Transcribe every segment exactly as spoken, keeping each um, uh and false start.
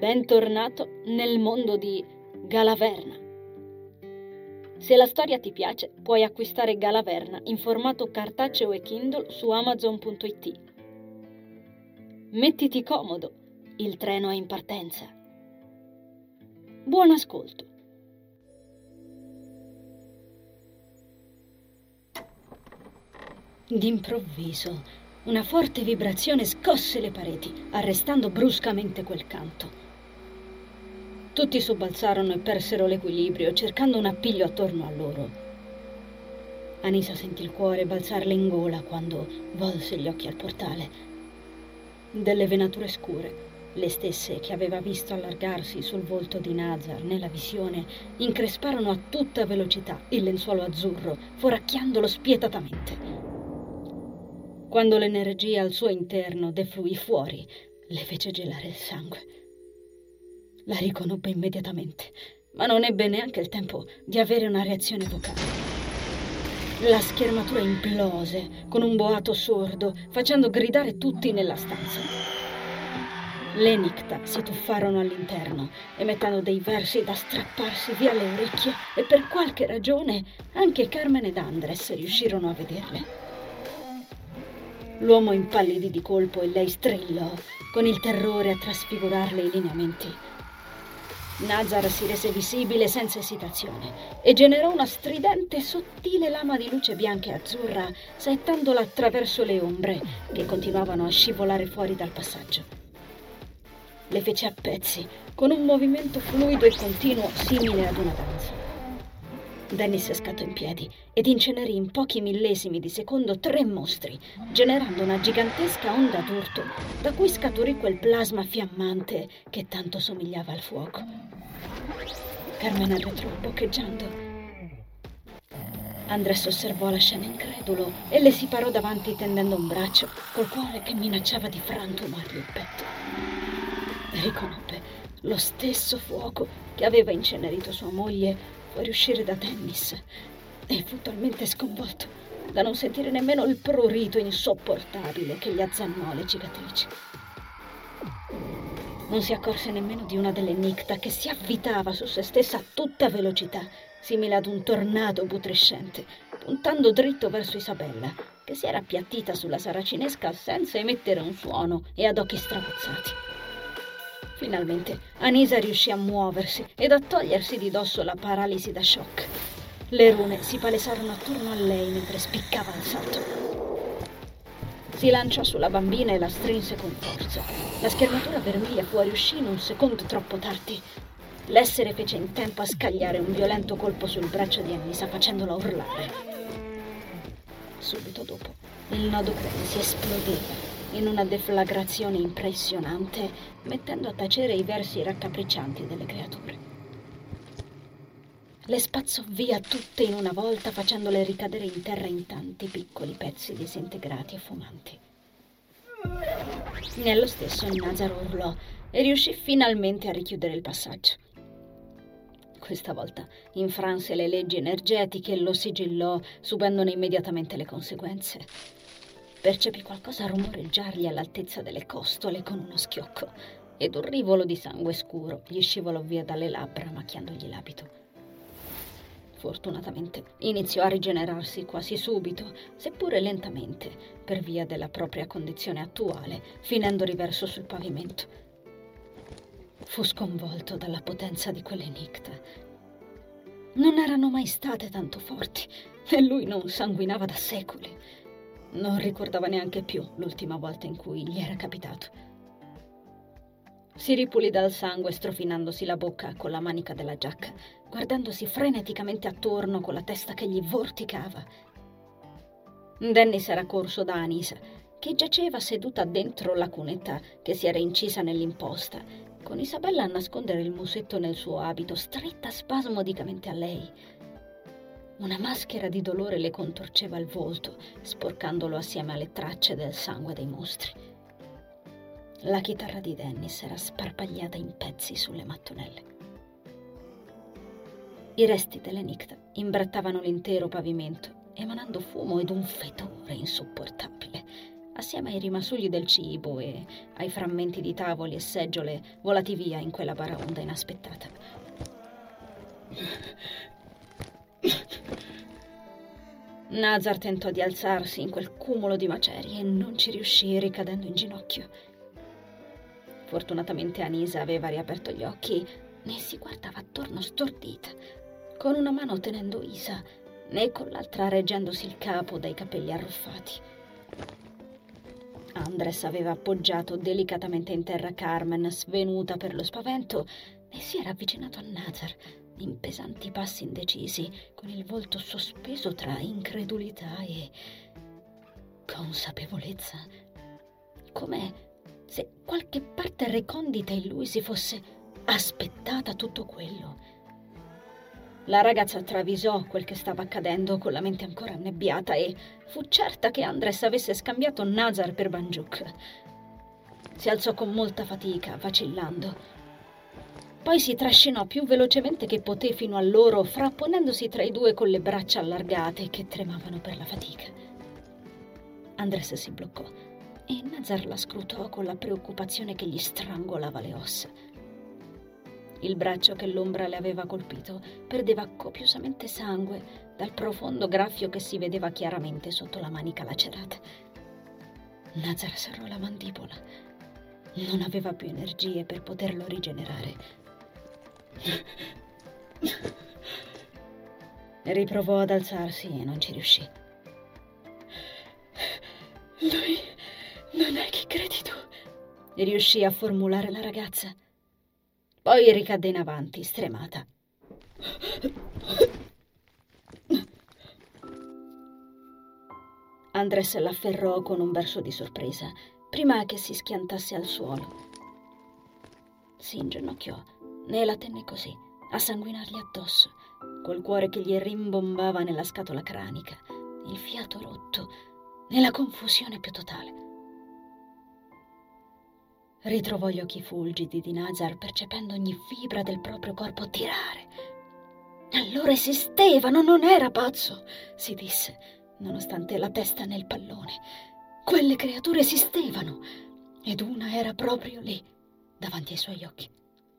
Bentornato nel mondo di Galaverna. Se la storia ti piace, puoi acquistare Galaverna in formato cartaceo e Kindle su amazon punto it. Mettiti comodo, il treno è in partenza. Buon ascolto. D'improvviso, una forte vibrazione scosse le pareti, arrestando bruscamente quel canto. Tutti sobbalzarono e persero l'equilibrio, cercando un appiglio attorno a loro. Anisa sentì il cuore balzarle in gola quando volse gli occhi al portale. Delle venature scure, le stesse che aveva visto allargarsi sul volto di Nazar nella visione, incresparono a tutta velocità il lenzuolo azzurro, foracchiandolo spietatamente. Quando l'energia al suo interno defluì fuori, le fece gelare il sangue. La riconobbe immediatamente, ma non ebbe neanche il tempo di avere una reazione vocale. La schermatura implose con un boato sordo, facendo gridare tutti nella stanza. Le Nicta si tuffarono all'interno, emettendo dei versi da strapparsi via le orecchie, e per qualche ragione anche Carmen ed Andres riuscirono a vederle. L'uomo impallidì di colpo e lei strillò, con il terrore a trasfigurarle i lineamenti. Nazar si rese visibile senza esitazione e generò una stridente e sottile lama di luce bianca e azzurra, saettandola attraverso le ombre che continuavano a scivolare fuori dal passaggio. Le fece a pezzi, con un movimento fluido e continuo simile ad una danza. Dennis scattò in piedi ed incenerì in pochi millesimi di secondo tre mostri, generando una gigantesca onda d'urto da cui scaturì quel plasma fiammante che tanto somigliava al fuoco. Carmen arretrò boccheggiando. Andres osservò la scena incredulo e le si parò davanti tendendo un braccio col cuore che minacciava di frantumargli il petto. Riconobbe lo stesso fuoco che aveva incenerito sua moglie fuori uscire da Dennis e fu talmente sconvolto da non sentire nemmeno il prurito insopportabile che gli azzannò le cicatrici. Non si accorse nemmeno di una delle Nicta che si avvitava su se stessa a tutta velocità, simile ad un tornado putrescente, puntando dritto verso Isabella, che si era appiattita sulla saracinesca senza emettere un suono e ad occhi strabuzzati. Finalmente Anisa riuscì a muoversi ed a togliersi di dosso la paralisi da shock. Le rune si palesarono attorno a lei mentre spiccava al salto. Si lanciò sulla bambina e la strinse con forza. La schermatura vermiglia fuoriuscì in un secondo troppo tardi. L'essere fece in tempo a scagliare un violento colpo sul braccio di Anisa, facendola urlare. Subito dopo, il nodo crâneo si esplodeva in una deflagrazione impressionante, mettendo a tacere i versi raccapriccianti delle creature. Le spazzò via tutte in una volta, facendole ricadere in terra in tanti piccoli pezzi disintegrati e fumanti. Nello stesso Nazar urlò e riuscì finalmente a richiudere il passaggio. Questa volta infranse le leggi energetiche e lo sigillò, subendone immediatamente le conseguenze. Percepì qualcosa rumoreggiargli all'altezza delle costole con uno schiocco ed un rivolo di sangue scuro gli scivolò via dalle labbra, macchiandogli l'abito. Fortunatamente iniziò a rigenerarsi quasi subito, seppure lentamente, per via della propria condizione attuale, finendo riverso sul pavimento. Fu sconvolto dalla potenza di quelle Nicta. Non erano mai state tanto forti e lui non sanguinava da secoli. Non ricordava neanche più l'ultima volta in cui gli era capitato. Si ripulì dal sangue strofinandosi la bocca con la manica della giacca, guardandosi freneticamente attorno con la testa che gli vorticava. Dennis era corso da Anisa, che giaceva seduta dentro la cunetta che si era incisa nell'imposta, con Isabella a nascondere il musetto nel suo abito, stretta spasmodicamente a lei. Una maschera di dolore le contorceva il volto, sporcandolo assieme alle tracce del sangue dei mostri. La chitarra di Dennis era sparpagliata in pezzi sulle mattonelle. I resti delle Nicta imbrattavano l'intero pavimento, emanando fumo ed un fetore insopportabile, assieme ai rimasugli del cibo e ai frammenti di tavoli e seggiole volati via in quella baraonda inaspettata. Nazar tentò di alzarsi in quel cumulo di macerie e non ci riuscì, ricadendo in ginocchio. Fortunatamente Anisa aveva riaperto gli occhi e si guardava attorno stordita, con una mano tenendo Isa e con l'altra reggendosi il capo dai capelli arruffati. Andres aveva appoggiato delicatamente in terra Carmen, svenuta per lo spavento, e si era avvicinato a Nazar in pesanti passi indecisi, con il volto sospeso tra incredulità e consapevolezza, come se qualche parte recondita in lui si fosse aspettata tutto quello. La ragazza travisò quel che stava accadendo con la mente ancora annebbiata e fu certa che Andres avesse scambiato Nazar per Banjuk. Si alzò con molta fatica, vacillando. Poi si trascinò più velocemente che poté fino a loro, frapponendosi tra i due con le braccia allargate che tremavano per la fatica. Andres si bloccò e Nazar la scrutò con la preoccupazione che gli strangolava le ossa. Il braccio che l'ombra le aveva colpito perdeva copiosamente sangue dal profondo graffio che si vedeva chiaramente sotto la manica lacerata. Nazar serrò la mandibola. Non aveva più energie per poterlo rigenerare. Riprovò ad alzarsi e non ci riuscì. Lui non è chi credi tu, riuscì a formulare la ragazza. Poi ricadde in avanti, stremata. Andres l'afferrò con un verso di sorpresa, prima che si schiantasse al suolo. Si inginocchiò e la tenne così, a sanguinargli addosso, col cuore che gli rimbombava nella scatola cranica, il fiato rotto e la confusione più totale. Ritrovò gli occhi fulgidi di Nazar, percependo ogni fibra del proprio corpo tirare. Allora esistevano, non era pazzo, si disse, nonostante la testa nel pallone. Quelle creature esistevano, ed una era proprio lì, davanti ai suoi occhi.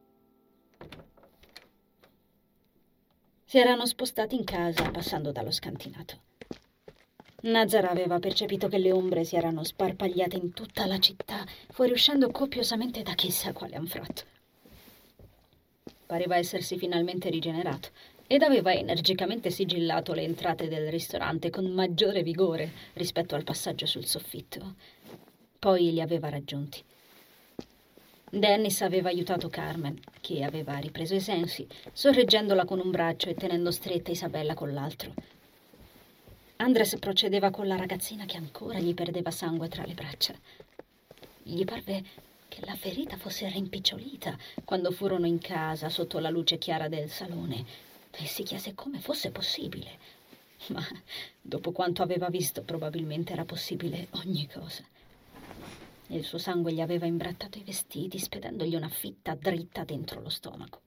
Si erano spostati in casa, passando dallo scantinato. Nazar aveva percepito che le ombre si erano sparpagliate in tutta la città, fuoriuscendo copiosamente da chissà quale anfratto. Pareva essersi finalmente rigenerato ed aveva energicamente sigillato le entrate del ristorante con maggiore vigore rispetto al passaggio sul soffitto. Poi li aveva raggiunti. Dennis aveva aiutato Carmen, che aveva ripreso i sensi, sorreggendola con un braccio e tenendo stretta Isabella con l'altro. Andres procedeva con la ragazzina che ancora gli perdeva sangue tra le braccia. Gli parve che la ferita fosse rimpicciolita quando furono in casa sotto la luce chiara del salone e si chiese come fosse possibile. Ma dopo quanto aveva visto probabilmente era possibile ogni cosa. Il suo sangue gli aveva imbrattato i vestiti, spedendogli una fitta dritta dentro lo stomaco.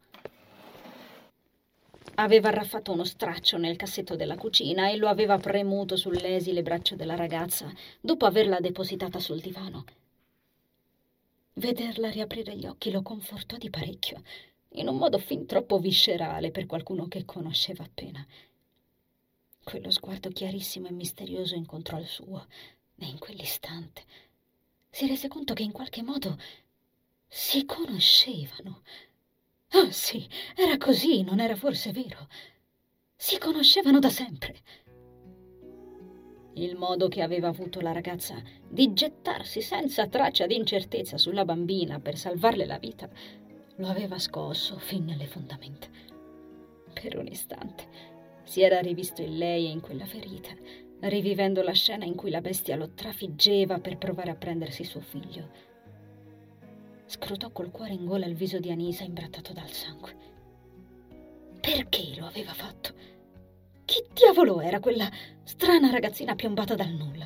Aveva arraffato uno straccio nel cassetto della cucina e lo aveva premuto sull'esile braccio della ragazza dopo averla depositata sul divano. Vederla riaprire gli occhi lo confortò di parecchio, in un modo fin troppo viscerale per qualcuno che conosceva appena. Quello sguardo chiarissimo e misterioso incontrò il suo, e in quell'istante si rese conto che in qualche modo si conoscevano. Oh sì, era così, non era forse vero? Si conoscevano da sempre. Il modo che aveva avuto la ragazza di gettarsi senza traccia di incertezza sulla bambina per salvarle la vita lo aveva scosso fin nelle fondamenta. Per un istante si era rivisto in lei e in quella ferita, rivivendo la scena in cui la bestia lo trafiggeva per provare a prendersi suo figlio. Scrutò col cuore in gola il viso di Anisa imbrattato dal sangue. Perché lo aveva fatto? Chi diavolo era quella strana ragazzina piombata dal nulla?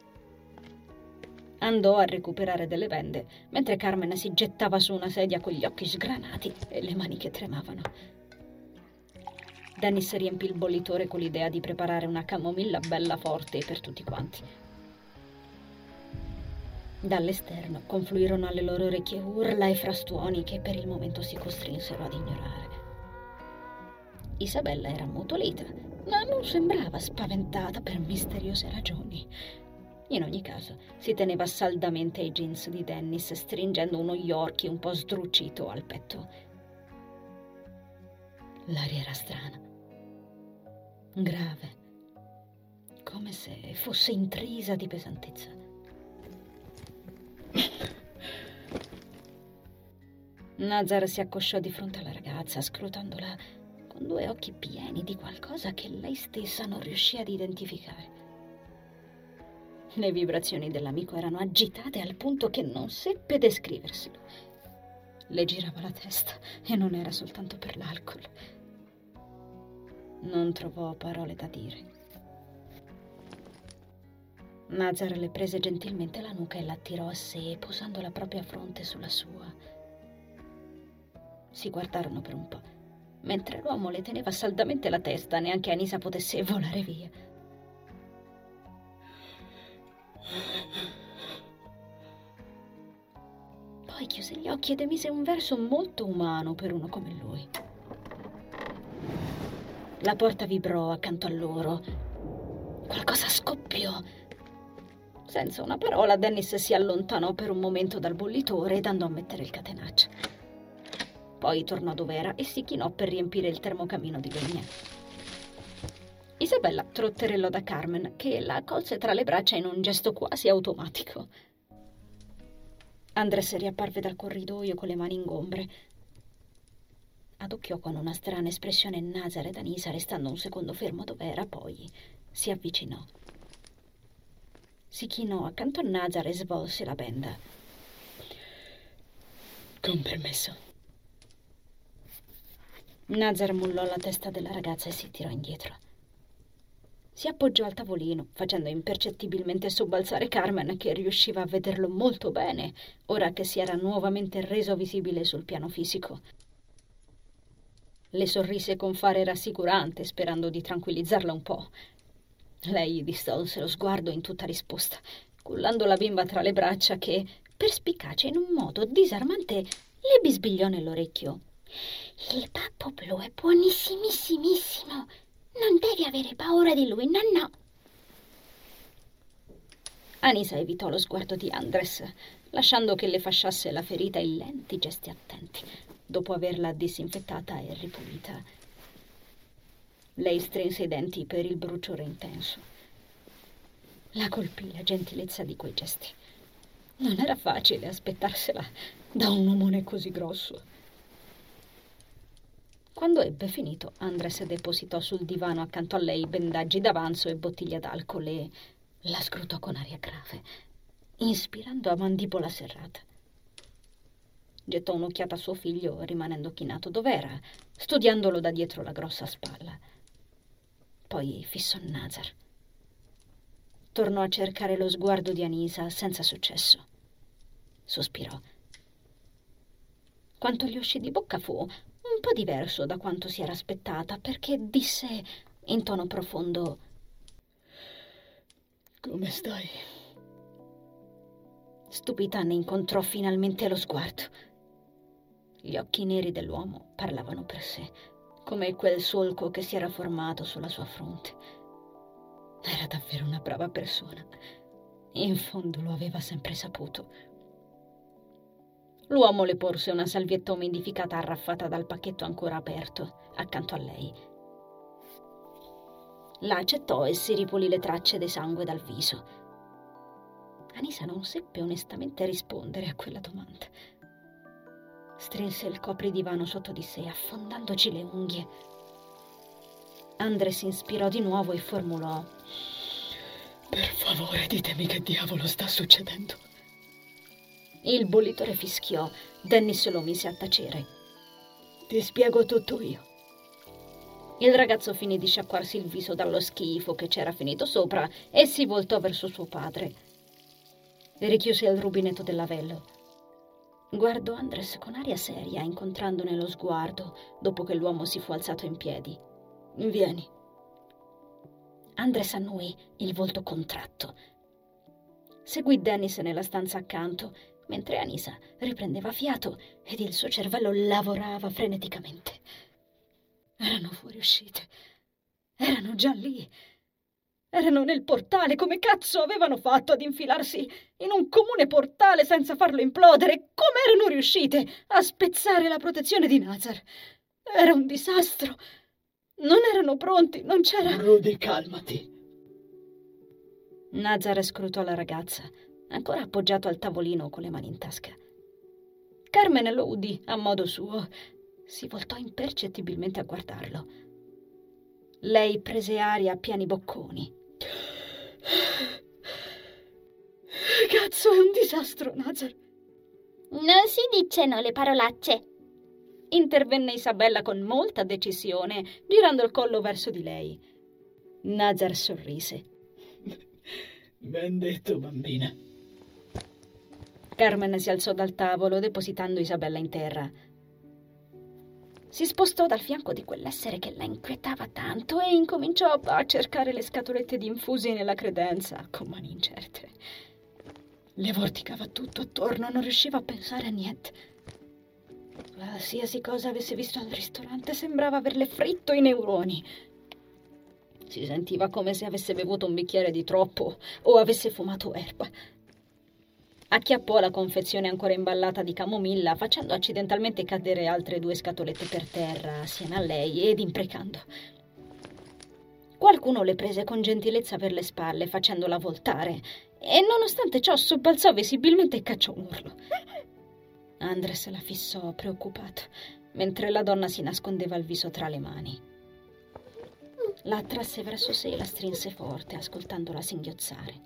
Andò a recuperare delle bende, mentre Carmen si gettava su una sedia con gli occhi sgranati e le mani che tremavano. Dennis riempì il bollitore con l'idea di preparare una camomilla bella forte per tutti quanti. Dall'esterno confluirono alle loro orecchie urla e frastuoni che per il momento si costrinsero ad ignorare. Isabella era ammutolita, ma non sembrava spaventata per misteriose ragioni. In ogni caso, si teneva saldamente ai jeans di Dennis, stringendo uno Yorkie un po' sdrucito al petto. L'aria era strana, grave, come se fosse intrisa di pesantezza. Nazar si accosciò di fronte alla ragazza, scrutandola con due occhi pieni di qualcosa che lei stessa non riuscì ad identificare. Le vibrazioni dell'amico erano agitate al punto che non seppe descriverselo. Le girava la testa e non era soltanto per l'alcol. Non trovò parole da dire. Nazar le prese gentilmente la nuca e l'attirò a sé, posando la propria fronte sulla sua. Si guardarono per un po', mentre l'uomo le teneva saldamente la testa, neanche Anisa potesse volare via. Poi chiuse gli occhi ed emise un verso molto umano per uno come lui. La porta vibrò accanto a loro. Qualcosa scoppiò. Senza una parola, Dennis si allontanò per un momento dal bollitore ed andò a mettere il catenaccio. Poi tornò dove era e si chinò per riempire il termocamino di legna. Isabella trotterellò da Carmen, che la colse tra le braccia in un gesto quasi automatico. Andres riapparve dal corridoio con le mani ingombre. Adocchiò con una strana espressione Nazar ed Anisa, restando un secondo fermo dove era, poi si avvicinò. Si chinò accanto a Nazar e svolse la benda. Con permesso. Nazar mollò la testa della ragazza e si tirò indietro. Si appoggiò al tavolino, facendo impercettibilmente sobbalzare Carmen, che riusciva a vederlo molto bene, ora che si era nuovamente reso visibile sul piano fisico. Le sorrise con fare rassicurante, sperando di tranquillizzarla un po'. Lei distolse lo sguardo in tutta risposta, cullando la bimba tra le braccia che, perspicace in un modo disarmante, le bisbigliò nell'orecchio. Il pappo blu è buonissimissimo. Non devi avere paura di lui, no, no. Anisa evitò lo sguardo di Andres, lasciando che le fasciasse la ferita in lenti gesti attenti, dopo averla disinfettata e ripulita. Lei strinse i denti per il bruciore intenso. La colpì la gentilezza di quei gesti. Non era facile aspettarsela da un omone così grosso. Quando ebbe finito, Andres depositò sul divano accanto a lei bendaggi d'avanzo e bottiglia d'alcol e la scrutò con aria grave, inspirando a mandibola serrata. Gettò un'occhiata a suo figlio, rimanendo chinato dov'era, studiandolo da dietro la grossa spalla. Poi fissò Nazar. Tornò a cercare lo sguardo di Anisa senza successo. Sospirò. Quanto gli uscì di bocca fu un po' diverso da quanto si era aspettata, perché disse in tono profondo: «Come stai?» Stupita ne incontrò finalmente lo sguardo. Gli occhi neri dell'uomo parlavano per sé, come quel solco che si era formato sulla sua fronte. Era davvero una brava persona. In fondo lo aveva sempre saputo. L'uomo le porse una salvietta umidificata arraffata dal pacchetto ancora aperto, accanto a lei. La accettò e si ripulì le tracce di sangue dal viso. Anisa non seppe onestamente rispondere a quella domanda. Strinse il copridivano sotto di sé, affondandoci le unghie. Andres inspirò di nuovo e formulò: «Per favore, ditemi che diavolo sta succedendo». Il bollitore fischiò. Dennis lo mise a tacere. «Ti spiego tutto io». Il ragazzo finì di sciacquarsi il viso dallo schifo che c'era finito sopra e si voltò verso suo padre. Richiuse il rubinetto del lavello. Guardò Andres con aria seria, incontrandone lo sguardo dopo che l'uomo si fu alzato in piedi. «Vieni». Andres annui, il volto contratto. seguì Dennis nella stanza accanto, mentre Anisa riprendeva fiato ed il suo cervello lavorava freneticamente. Erano fuoriuscite. Erano già lì. Erano nel portale. Come cazzo avevano fatto ad infilarsi in un comune portale senza farlo implodere? Come erano riuscite a spezzare la protezione di Nazar? Era un disastro. Non erano pronti, non c'era... Rudy, calmati. Nazar scrutò la ragazza, ancora appoggiato al tavolino con le mani in tasca. Carmen lo udì a modo suo. Si voltò impercettibilmente a guardarlo. Lei prese aria a pieni bocconi. Cazzo, è un disastro, Nazar. Non si dicono le parolacce. Intervenne Isabella con molta decisione, girando il collo verso di lei. Nazar sorrise. Ben detto, bambina. Carmen si alzò dal tavolo, depositando Isabella in terra. Si spostò dal fianco di quell'essere che la inquietava tanto e incominciò a cercare le scatolette di infusi nella credenza, con mani incerte. Le vorticava tutto attorno, non riusciva a pensare a niente. Qualsiasi cosa avesse visto al ristorante sembrava averle fritto i neuroni. Si sentiva come se avesse bevuto un bicchiere di troppo o avesse fumato erba. Acchiappò la confezione ancora imballata di camomilla, facendo accidentalmente cadere altre due scatolette per terra assieme a lei ed imprecando. Qualcuno le prese con gentilezza per le spalle, facendola voltare, e nonostante ciò sobbalzò visibilmente e cacciò un urlo. Andres la fissò preoccupato, mentre la donna si nascondeva il viso tra le mani. La attrasse verso sé e la strinse forte, ascoltandola singhiozzare.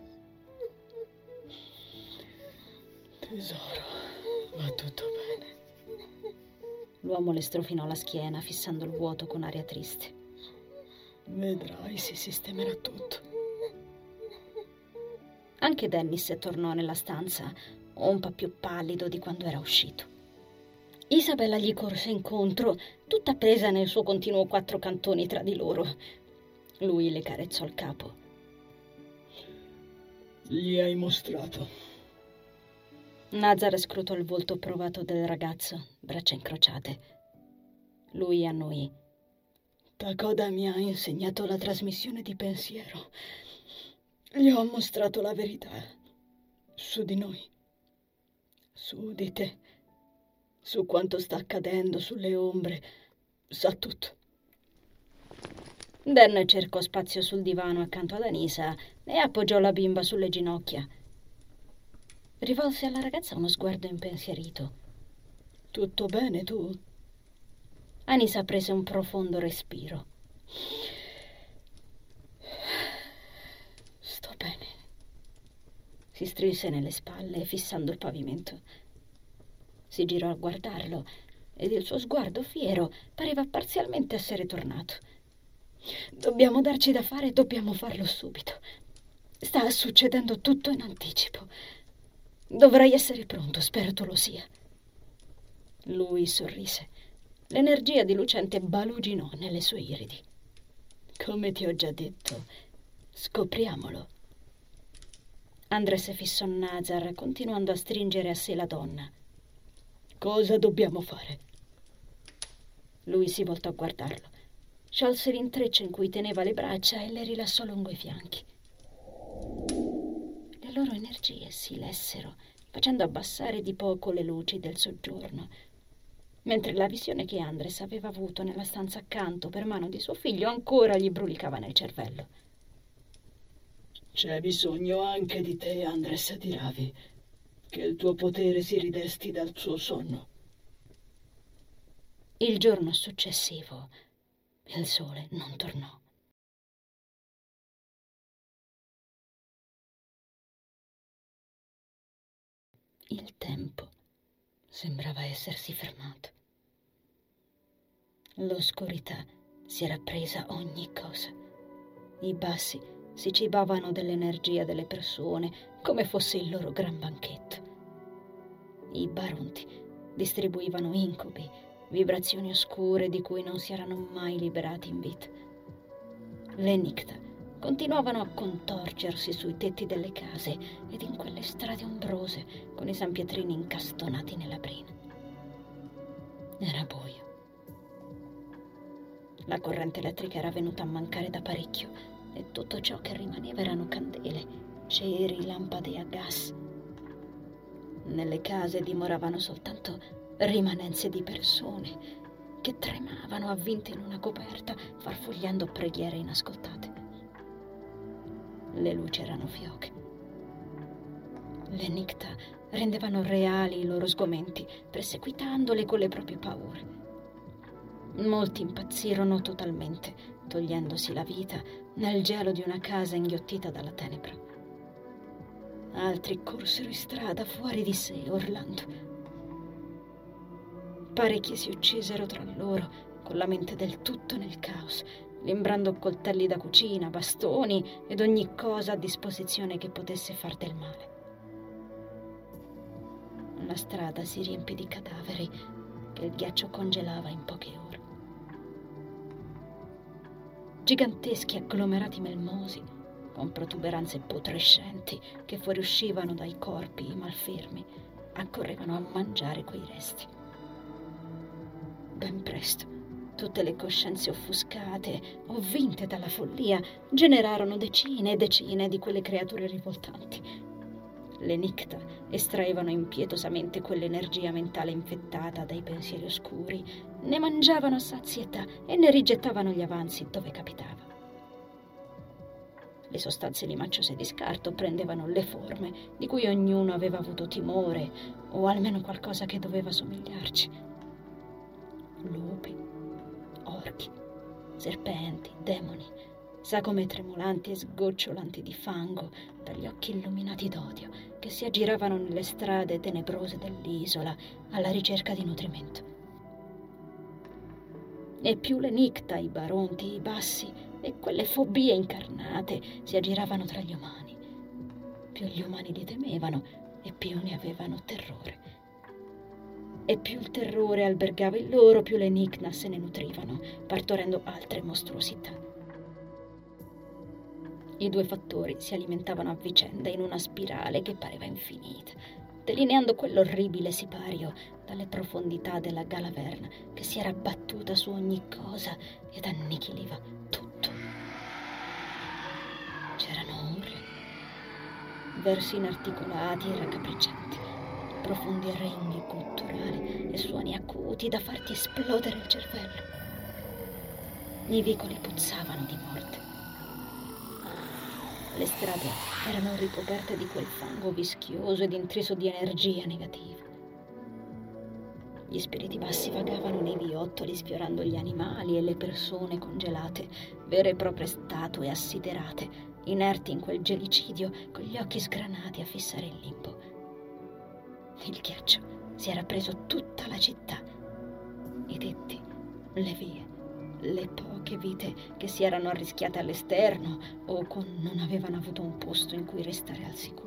Tesoro, va tutto bene. L'uomo le strofinò la schiena, fissando il vuoto con aria triste. Vedrai, si sistemerà tutto. Anche Dennis tornò nella stanza, un po' più pallido di quando era uscito. Isabella gli corse incontro, tutta presa nel suo continuo quattro cantoni tra di loro. Lui le carezzò il capo. Gli hai mostrato. Nazar scrutò il volto provato del ragazzo, braccia incrociate. Lui annuì. Takoda mi ha insegnato la trasmissione di pensiero. Gli ho mostrato la verità su di noi, su di te, su quanto sta accadendo, sulle ombre. Sa tutto. Dan cercò spazio sul divano accanto ad Anisa e appoggiò la bimba sulle ginocchia. Rivolse alla ragazza uno sguardo impensierito. Tutto bene, tu? Anisa prese un profondo respiro. Sto bene. Si strinse nelle spalle, fissando il pavimento. Si girò a guardarlo ed il suo sguardo fiero pareva parzialmente essere tornato. Dobbiamo darci da fare e dobbiamo farlo subito. Sta succedendo tutto in anticipo. Dovrai essere pronto, spero tu lo sia. Lui sorrise. L'energia di lucente baluginò nelle sue iridi. Come ti ho già detto, scopriamolo. Andres fissò Nazar, continuando a stringere a sé la donna. Cosa dobbiamo fare? Lui si voltò a guardarlo. Sciolse l'intreccio in cui teneva le braccia e le rilassò lungo i fianchi. Le loro energie si lessero, facendo abbassare di poco le luci del soggiorno, mentre la visione che Andres aveva avuto nella stanza accanto per mano di suo figlio ancora gli brulicava nel cervello. C'è bisogno anche di te, Andres di Ravi, che il tuo potere si ridesti dal suo sonno. Il giorno successivo il sole non tornò. Il tempo sembrava essersi fermato. L'oscurità si era presa ogni cosa. I bassi si cibavano dell'energia delle persone come fosse il loro gran banchetto. I baronti distribuivano incubi, vibrazioni oscure di cui non si erano mai liberati in vita. Le Nicta continuavano a contorgersi sui tetti delle case ed in quelle strade ombrose con i sanpietrini incastonati nella brina. Era buio. La corrente elettrica era venuta a mancare da parecchio e tutto ciò che rimaneva erano candele, ceri, lampade a gas. Nelle case dimoravano soltanto rimanenze di persone che tremavano avvinte in una coperta, farfugliando preghiere inascoltate. Le luci erano fioche. Le nicta rendevano reali i loro sgomenti, perseguitandole con le proprie paure. Molti impazzirono totalmente, togliendosi la vita nel gelo di una casa inghiottita dalla tenebra. Altri corsero in strada fuori di sé, urlando. Parecchi si uccisero tra loro, con la mente del tutto nel caos, limbrando coltelli da cucina, bastoni ed ogni cosa a disposizione che potesse far del male. La strada si riempì di cadaveri che il ghiaccio congelava in poche ore. Giganteschi agglomerati melmosi, con protuberanze putrescenti che fuoriuscivano dai corpi malfermi, accorrevano a mangiare quei resti. Ben presto, tutte le coscienze offuscate o vinte dalla follia generarono decine e decine di quelle creature rivoltanti. Le nicta estraevano impietosamente quell'energia mentale infettata dai pensieri oscuri, ne mangiavano a sazietà e ne rigettavano gli avanzi dove capitava. Le sostanze limacciose di scarto prendevano le forme di cui ognuno aveva avuto timore, o almeno qualcosa che doveva somigliarci. Lupi, orchi, serpenti, demoni, sagome tremolanti e sgocciolanti di fango dagli occhi illuminati d'odio che si aggiravano nelle strade tenebrose dell'isola alla ricerca di nutrimento. E più le nicta, i baronti, i bassi e quelle fobie incarnate si aggiravano tra gli umani, più gli umani li temevano e più ne avevano terrore. E più il terrore albergava in loro, più le nicta se ne nutrivano, partorendo altre mostruosità. I due fattori si alimentavano a vicenda in una spirale che pareva infinita, delineando quell'orribile sipario dalle profondità della Galaverna che si era battuta su ogni cosa ed annichiliva tutto. C'erano urli, versi inarticolati e raccapriccianti, profondi regni gutturali e suoni acuti da farti esplodere il cervello. I vicoli puzzavano di morte. Le strade erano ricoperte di quel fango vischioso ed intriso di energia negativa. Gli spiriti bassi vagavano nei viottoli sfiorando gli animali e le persone congelate, vere e proprie statue assiderate, inerti in quel gelicidio con gli occhi sgranati a fissare il limbo. Il ghiaccio si era preso tutta la città, i tetti, le vie, le poche vite che si erano arrischiate all'esterno o con non avevano avuto un posto in cui restare al sicuro.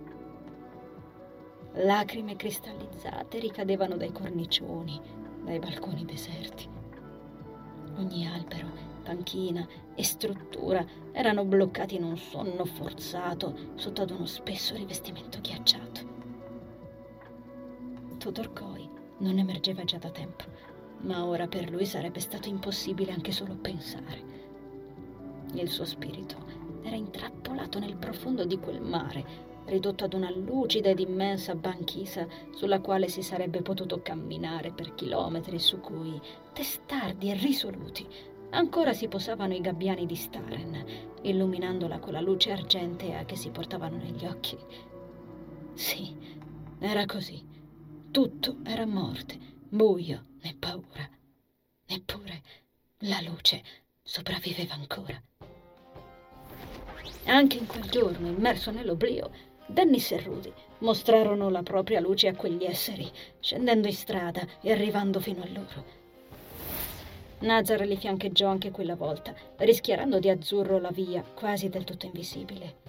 Lacrime cristallizzate ricadevano dai cornicioni, dai balconi deserti. Ogni albero, panchina e struttura erano bloccati in un sonno forzato sotto ad uno spesso rivestimento ghiacciato. Todorkoi non emergeva già da tempo, ma ora per lui sarebbe stato impossibile anche solo pensare. Il suo spirito era intrappolato nel profondo di quel mare, ridotto ad una lucida ed immensa banchisa sulla quale si sarebbe potuto camminare per chilometri, su cui, testardi e risoluti, ancora si posavano i gabbiani di Staren, illuminandola con la luce argentea che si portavano negli occhi. Sì, era così. Tutto era morte, buio e paura. Eppure la luce sopravviveva ancora. Anche in quel giorno, immerso nell'oblio, Dennis e Rudy mostrarono la propria luce a quegli esseri, scendendo in strada e arrivando fino a loro. Nazar li fiancheggiò anche quella volta, rischiarando di azzurro la via, quasi del tutto invisibile.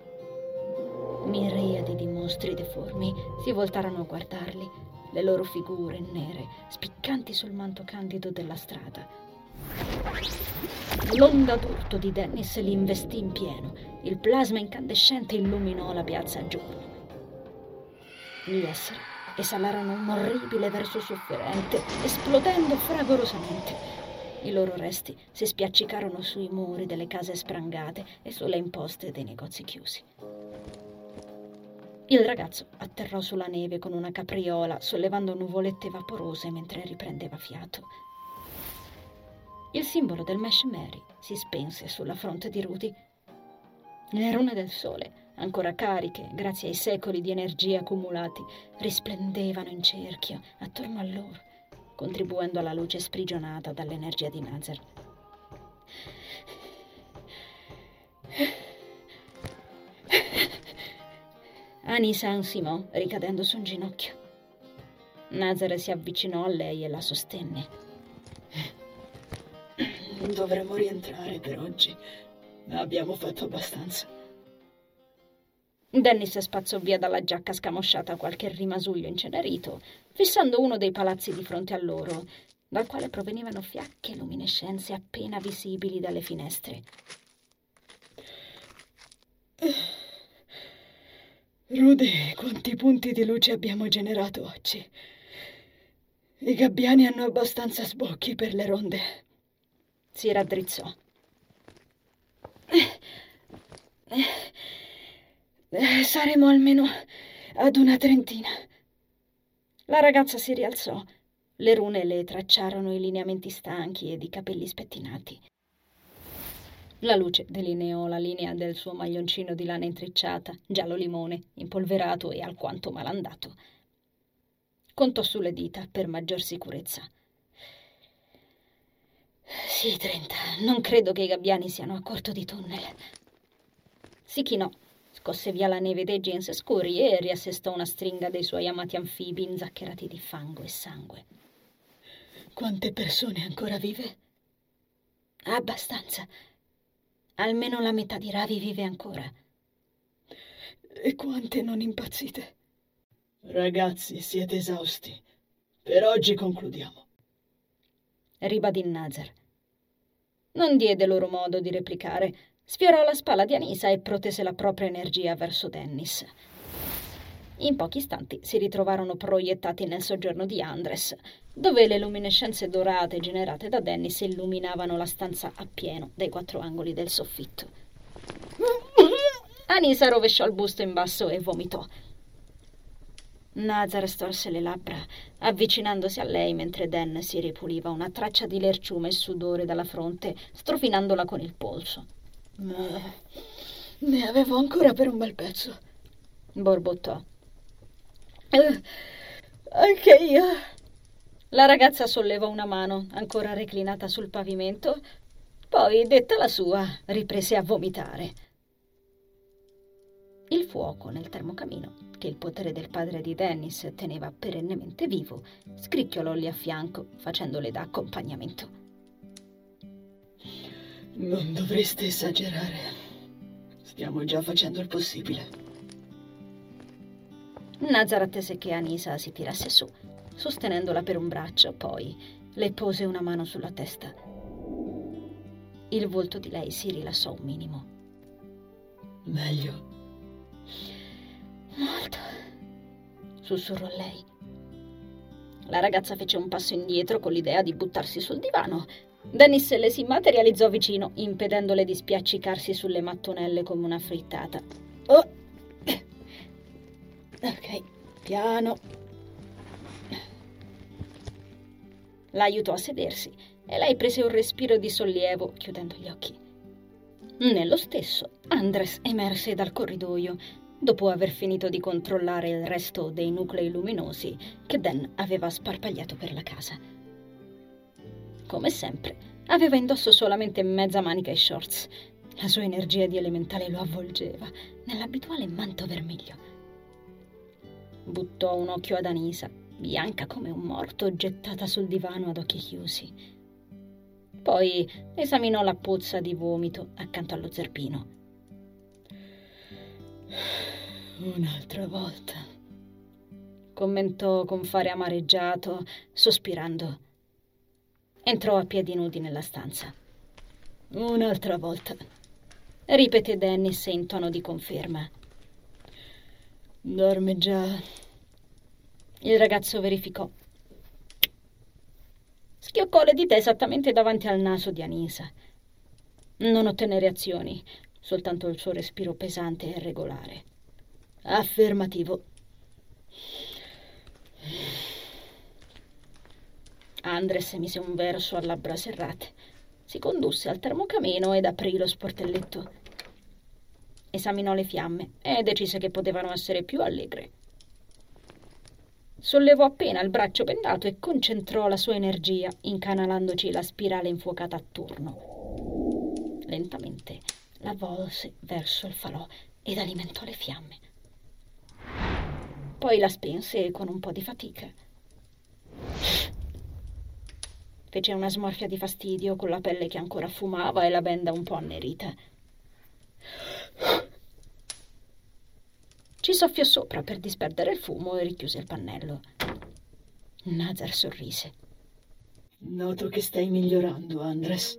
Miriadi di mostri deformi si voltarono a guardarli, le loro figure nere spiccanti sul manto candido della strada. L'onda d'urto di Dennis li investì in pieno. Il plasma incandescente illuminò la piazza a giorno. Gli esseri esalarono un orribile verso sofferente, esplodendo fragorosamente. I loro resti si spiaccicarono sui muri delle case sprangate e sulle imposte dei negozi chiusi. Il ragazzo atterrò sulla neve con una capriola, sollevando nuvolette vaporose mentre riprendeva fiato. Il simbolo del Mesh Mary si spense sulla fronte di Rudy. Le rune del sole, ancora cariche grazie ai secoli di energia accumulati, risplendevano in cerchio attorno a loro, contribuendo alla luce sprigionata dall'energia di Nazar. Anisa ansimò, ricadendo su un ginocchio. Nazar si avvicinò a lei e la sostenne. Dovremmo rientrare per oggi. Abbiamo fatto abbastanza. Dennis spazzò via dalla giacca scamosciata qualche rimasuglio incenerito, fissando uno dei palazzi di fronte a loro, dal quale provenivano fiacche e luminescenze appena visibili dalle finestre. Rudy, quanti punti di luce abbiamo generato oggi? I gabbiani hanno abbastanza sbocchi per le ronde. Si raddrizzò. Saremo almeno ad una trentina. La ragazza si rialzò. Le rune le tracciarono i lineamenti stanchi ed i capelli spettinati. La luce delineò la linea del suo maglioncino di lana intricciata, giallo limone, impolverato e alquanto malandato. Contò sulle dita per maggior sicurezza. Sì, trenta. Non credo che i gabbiani siano a corto di tunnel. Si chinò, scosse via la neve dei jeans scuri e riassestò una stringa dei suoi amati anfibi inzaccherati di fango e sangue. Quante persone ancora vive? Abbastanza. Almeno la metà di Ravi vive ancora. E quante non impazzite? Ragazzi, siete esausti. Per oggi concludiamo. Ribadì Nazar. Non diede loro modo di replicare. Sfiorò la spalla di Anisa e protese la propria energia verso Dennis. In pochi istanti si ritrovarono proiettati nel soggiorno di Andres, dove le luminescenze dorate generate da Dennis illuminavano la stanza appieno dai quattro angoli del soffitto. Anisa rovesciò il busto in basso e vomitò. Nazar storse le labbra, avvicinandosi a lei mentre Dan si ripuliva una traccia di lerciume e sudore dalla fronte, strofinandola con il polso. Ma ne avevo ancora per un bel pezzo, borbottò. Eh, anche io. La ragazza sollevò una mano, ancora reclinata sul pavimento, poi, detta la sua, riprese a vomitare. Il fuoco nel termocamino, che il potere del padre di Dennis teneva perennemente vivo, scricchiolò lì a fianco, facendole da accompagnamento. Non dovreste esagerare. Stiamo già facendo il possibile. Nazar attese che Anisa si tirasse su, sostenendola per un braccio, poi le pose una mano sulla testa. Il volto di lei si rilassò un minimo. Meglio. Molto, sussurrò lei. La ragazza fece un passo indietro con l'idea di buttarsi sul divano. Dennis le si materializzò vicino, impedendole di spiaccicarsi sulle mattonelle come una frittata. Oh! Ok, piano. La aiutò a sedersi e lei prese un respiro di sollievo, chiudendo gli occhi. Nello stesso, Andres emerse dal corridoio, dopo aver finito di controllare il resto dei nuclei luminosi che Dan aveva sparpagliato per la casa. Come sempre, aveva indosso solamente mezza manica e shorts. La sua energia di elementale lo avvolgeva nell'abituale manto vermiglio. Buttò un occhio ad Anisa, bianca come un morto, gettata sul divano ad occhi chiusi. Poi esaminò la pozza di vomito accanto allo zerbino. Un'altra volta, commentò con fare amareggiato, sospirando. Entrò a piedi nudi nella stanza. Un'altra volta, ripeté Dennis in tono di conferma. Dorme già? Il ragazzo verificò. Schioccò le dita esattamente davanti al naso di Anisa. Non ottenne reazioni, soltanto il suo respiro pesante e regolare. Affermativo. Andres mise un verso a labbra serrate, si condusse al termocamino ed aprì lo sportelletto. Esaminò le fiamme e decise che potevano essere più allegre. Sollevò appena il braccio bendato e concentrò la sua energia, incanalandoci la spirale infuocata attorno. Lentamente la volse verso il falò ed alimentò le fiamme. Poi la spense con un po' di fatica. Fece una smorfia di fastidio con la pelle che ancora fumava e la benda un po' annerita. Ci soffiò sopra per disperdere il fumo e richiuse il pannello. Nazar sorrise. Noto che stai migliorando, Andres.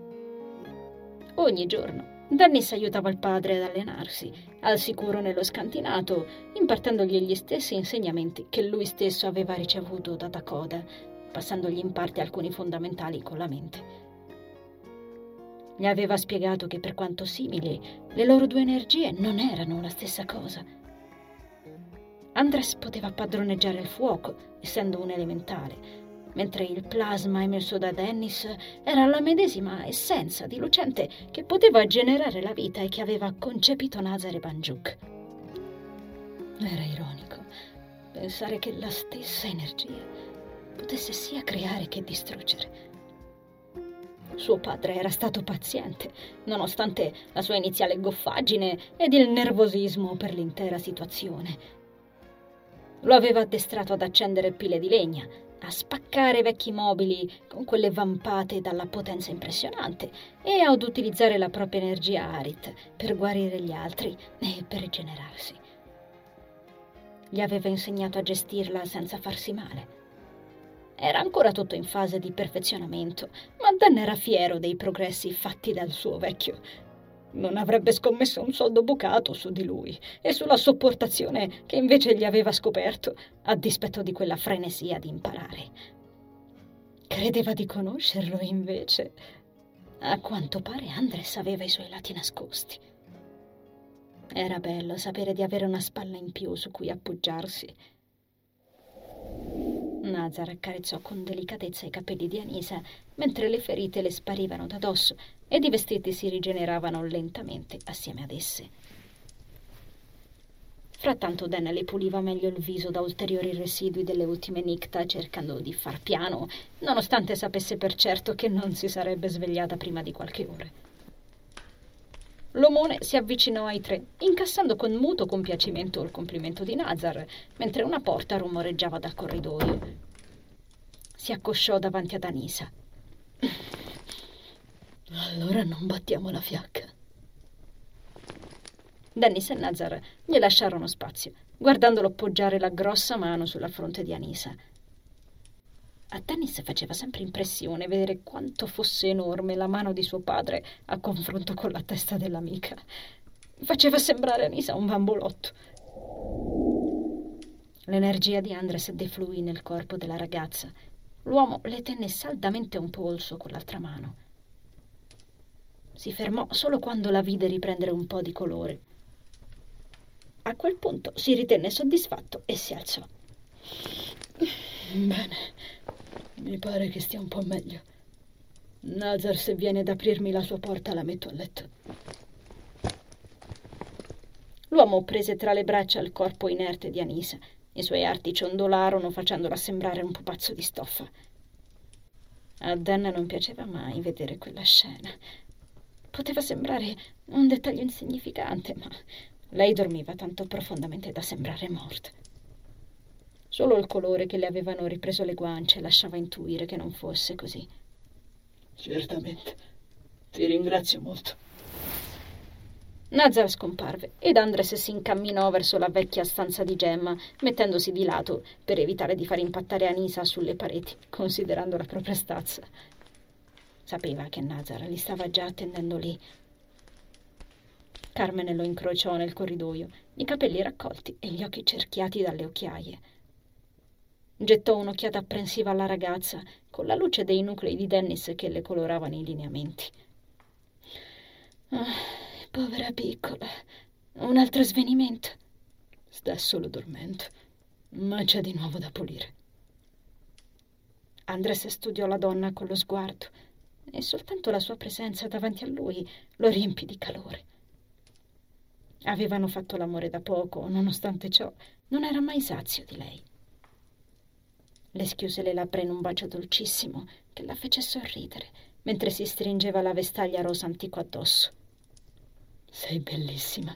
Ogni giorno Dennis aiutava il padre ad allenarsi, al sicuro nello scantinato, impartendogli gli stessi insegnamenti che lui stesso aveva ricevuto da Dakota, passandogli in parte alcuni fondamentali con la mente. Gli aveva spiegato che per quanto simili, le loro due energie non erano la stessa cosa. Andres poteva padroneggiare il fuoco, essendo un elementale, mentre il plasma emesso da Dennis era la medesima essenza di lucente che poteva generare la vita e che aveva concepito Nazar e Banjuk. Era ironico pensare che la stessa energia potesse sia creare che distruggere. Suo padre era stato paziente, nonostante la sua iniziale goffaggine ed il nervosismo per l'intera situazione. Lo aveva addestrato ad accendere pile di legna, a spaccare vecchi mobili con quelle vampate dalla potenza impressionante e ad utilizzare la propria energia Arit per guarire gli altri e per rigenerarsi. Gli aveva insegnato a gestirla senza farsi male. Era ancora tutto in fase di perfezionamento, ma Dan era fiero dei progressi fatti dal suo vecchio. Non avrebbe scommesso un soldo bucato su di lui e sulla sopportazione che invece gli aveva scoperto, a dispetto di quella frenesia di imparare. Credeva di conoscerlo, invece. A quanto pare Andres aveva i suoi lati nascosti. Era bello sapere di avere una spalla in più su cui appoggiarsi. Nazar accarezzò con delicatezza i capelli di Anisa, mentre le ferite le sparivano da dosso ed i vestiti si rigeneravano lentamente assieme ad esse. Frattanto Dan le puliva meglio il viso da ulteriori residui delle ultime nicta, cercando di far piano, nonostante sapesse per certo che non si sarebbe svegliata prima di qualche ora. L'omone si avvicinò ai tre, incassando con muto compiacimento il complimento di Nazar, mentre una porta rumoreggiava dal corridoio. Si accosciò davanti ad Anisa. Allora non battiamo la fiacca. Dennis e Nazar gli lasciarono spazio, guardandolo appoggiare la grossa mano sulla fronte di Anisa. A Dennis faceva sempre impressione vedere quanto fosse enorme la mano di suo padre a confronto con la testa dell'amica. Faceva sembrare Anisa un bambolotto. L'energia di Andres defluì nel corpo della ragazza. L'uomo le tenne saldamente un polso con l'altra mano. Si fermò solo quando la vide riprendere un po' di colore. A quel punto si ritenne soddisfatto e si alzò. Bene, mi pare che stia un po' meglio. Nazar, se viene ad aprirmi la sua porta, la metto a letto. L'uomo prese tra le braccia il corpo inerte di Anisa. I suoi arti ciondolarono facendola sembrare un pupazzo di stoffa. A Dan non piaceva mai vedere quella scena. Poteva sembrare un dettaglio insignificante, ma lei dormiva tanto profondamente da sembrare morta. Solo il colore che le avevano ripreso le guance lasciava intuire che non fosse così. Certamente. Ti ringrazio molto. Nazar scomparve ed Andres si incamminò verso la vecchia stanza di Gemma, mettendosi di lato per evitare di far impattare Anisa sulle pareti, considerando la propria stazza. Sapeva che Nazar li stava già attendendo lì. Carmen lo incrociò nel corridoio, i capelli raccolti e gli occhi cerchiati dalle occhiaie. Gettò un'occhiata apprensiva alla ragazza, con la luce dei nuclei di Dennis che le coloravano i lineamenti. Oh, povera piccola, un altro svenimento. Sta solo dormendo, ma c'è di nuovo da pulire. Andres studiò la donna con lo sguardo e soltanto la sua presenza davanti a lui lo riempì di calore. Avevano fatto l'amore da poco, nonostante ciò non era mai sazio di lei. Le schiuse le labbra in un bacio dolcissimo che la fece sorridere mentre si stringeva la vestaglia rosa antico addosso. Sei bellissima.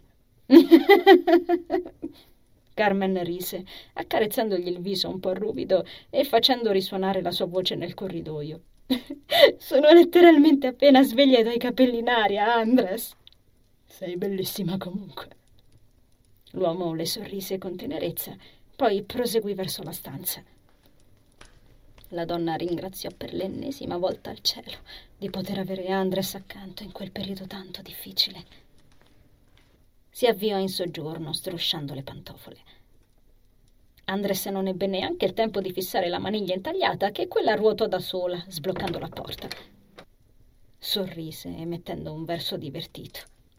Carmen rise, accarezzandogli il viso un po' ruvido e facendo risuonare la sua voce nel corridoio. Sono letteralmente appena sveglia dai capelli in aria, Andres. Sei bellissima comunque. L'uomo le sorrise con tenerezza, poi proseguì verso la stanza. La donna ringraziò per l'ennesima volta il cielo di poter avere Andres accanto in quel periodo tanto difficile. Si avviò in soggiorno, strusciando le pantofole. Andres non ebbe neanche il tempo di fissare la maniglia intagliata che quella ruotò da sola, sbloccando la porta. Sorrise, emettendo un verso divertito.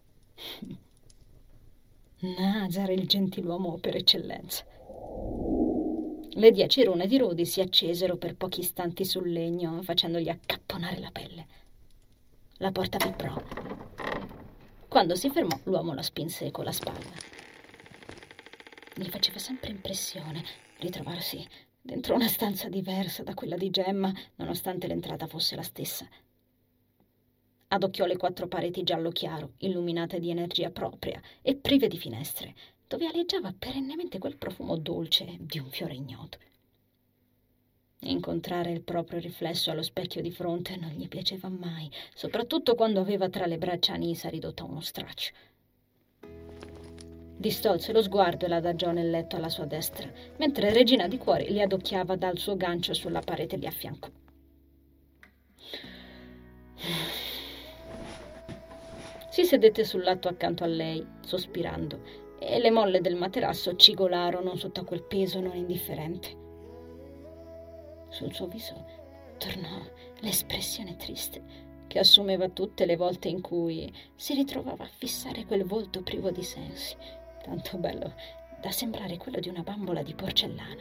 Nazar, il gentiluomo per eccellenza. Le dieci rune di Rudy si accesero per pochi istanti sul legno, facendogli accapponare la pelle. La porta vibrò. Quando si fermò, l'uomo la spinse con la spalla. Gli faceva sempre impressione ritrovarsi dentro una stanza diversa da quella di Gemma, nonostante l'entrata fosse la stessa. Adocchiò le quattro pareti giallo chiaro, illuminate di energia propria e prive di finestre, dove aleggiava perennemente quel profumo dolce di un fiore ignoto. Incontrare il proprio riflesso allo specchio di fronte non gli piaceva mai, soprattutto quando aveva tra le braccia Anisa ridotta a uno straccio. Distolse lo sguardo e l'adagiò nel letto alla sua destra, mentre Regina di Cuori li adocchiava dal suo gancio sulla parete lì a fianco. Si sedette sul letto accanto a lei, sospirando, e le molle del materasso cigolarono sotto a quel peso non indifferente. Sul suo viso tornò l'espressione triste che assumeva tutte le volte in cui si ritrovava a fissare quel volto privo di sensi, tanto bello da sembrare quello di una bambola di porcellana.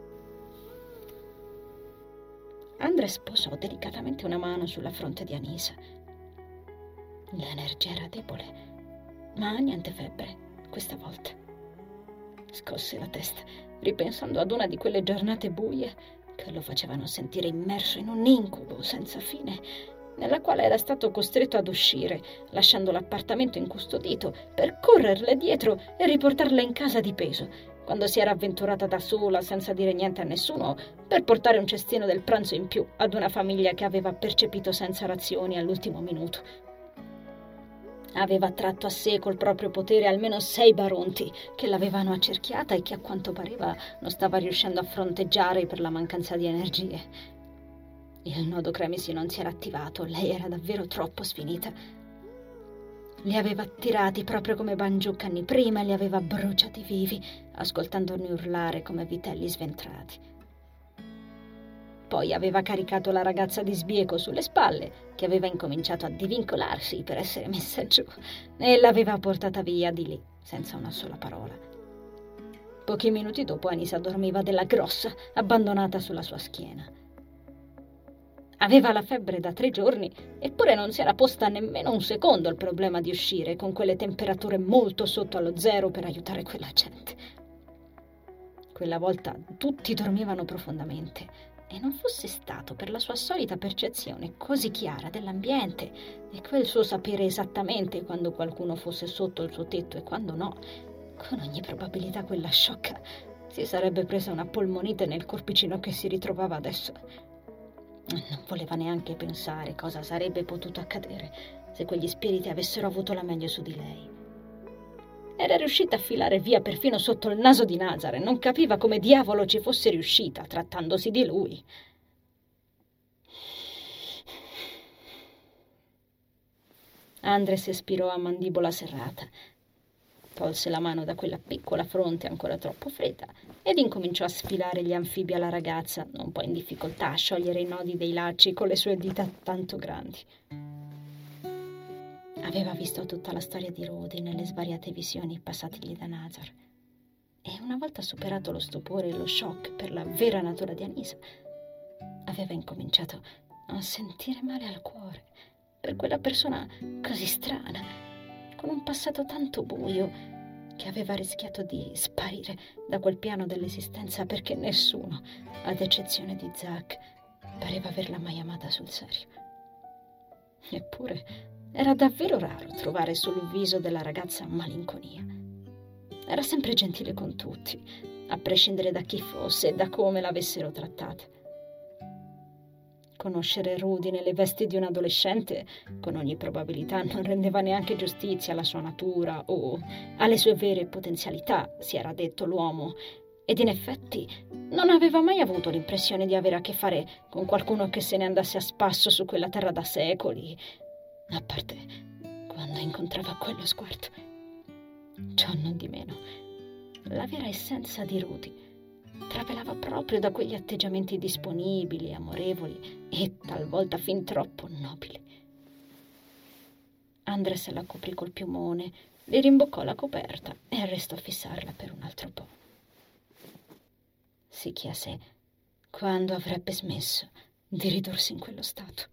Andres posò delicatamente una mano sulla fronte di Anisa. L'energia era debole, ma niente febbre questa volta. Scosse la testa, ripensando ad una di quelle giornate buie che lo facevano sentire immerso in un incubo senza fine, nella quale era stato costretto ad uscire, lasciando l'appartamento incustodito per correrle dietro e riportarla in casa di peso, quando si era avventurata da sola senza dire niente a nessuno per portare un cestino del pranzo in più ad una famiglia che aveva percepito senza razioni all'ultimo minuto. Aveva attratto a sé col proprio potere almeno sei baronti che l'avevano accerchiata e che a quanto pareva non stava riuscendo a fronteggiare per la mancanza di energie. Il nodo Cremisi non si era attivato, lei era davvero troppo sfinita. Li aveva attirati proprio come Bangiuc anni prima e li aveva bruciati vivi, ascoltandoli urlare come vitelli sventrati. Poi aveva caricato la ragazza di sbieco sulle spalle, che aveva incominciato a divincolarsi per essere messa giù, e l'aveva portata via di lì, senza una sola parola. Pochi minuti dopo Anisa dormiva della grossa, abbandonata sulla sua schiena. Aveva la febbre da tre giorni, eppure non si era posta nemmeno un secondo il problema di uscire con quelle temperature molto sotto allo zero per aiutare quella gente. Quella volta tutti dormivano profondamente, e non fosse stato per la sua solita percezione così chiara dell'ambiente e quel suo sapere esattamente quando qualcuno fosse sotto il suo tetto e quando no, con ogni probabilità quella sciocca si sarebbe presa una polmonite nel corpicino che si ritrovava adesso. Non voleva neanche pensare cosa sarebbe potuto accadere se quegli spiriti avessero avuto la meglio su di lei. Era riuscita a filare via perfino sotto il naso di Nazar e non capiva come diavolo ci fosse riuscita, trattandosi di lui. Andres espirò a mandibola serrata. Tolse la mano da quella piccola fronte ancora troppo fredda ed incominciò a sfilare gli anfibi alla ragazza, non poi in difficoltà a sciogliere i nodi dei lacci con le sue dita tanto grandi. Aveva visto tutta la storia di Rudy nelle svariate visioni passatigli da Nazar e una volta superato lo stupore e lo shock per la vera natura di Anisa, aveva incominciato a sentire male al cuore per quella persona così strana, con un passato tanto buio, che aveva rischiato di sparire da quel piano dell'esistenza perché nessuno, ad eccezione di Zack, pareva averla mai amata sul serio. Eppure era davvero raro trovare sul viso della ragazza malinconia. Era sempre gentile con tutti, a prescindere da chi fosse e da come l'avessero trattata. Conoscere Rudy nelle vesti di un adolescente con ogni probabilità non rendeva neanche giustizia alla sua natura o alle sue vere potenzialità, si era detto l'uomo, ed in effetti non aveva mai avuto l'impressione di avere a che fare con qualcuno che se ne andasse a spasso su quella terra da secoli, a parte quando incontrava quello sguardo. Ciò non di meno, la vera essenza di Rudy travelava proprio da quegli atteggiamenti disponibili, amorevoli e talvolta fin troppo nobili. Andres la coprì col piumone, le rimboccò la coperta e restò a fissarla per un altro po'. Si chiese quando avrebbe smesso di ridursi in quello stato.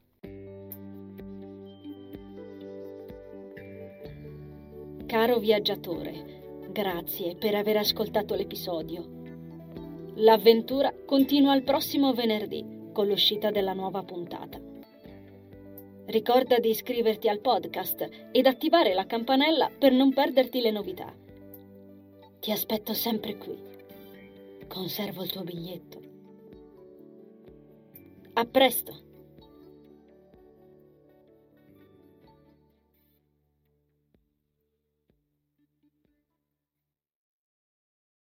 Caro viaggiatore, grazie per aver ascoltato l'episodio. L'avventura continua il prossimo venerdì con l'uscita della nuova puntata. Ricorda di iscriverti al podcast ed attivare la campanella per non perderti le novità. Ti aspetto sempre qui. Conservo il tuo biglietto. A presto!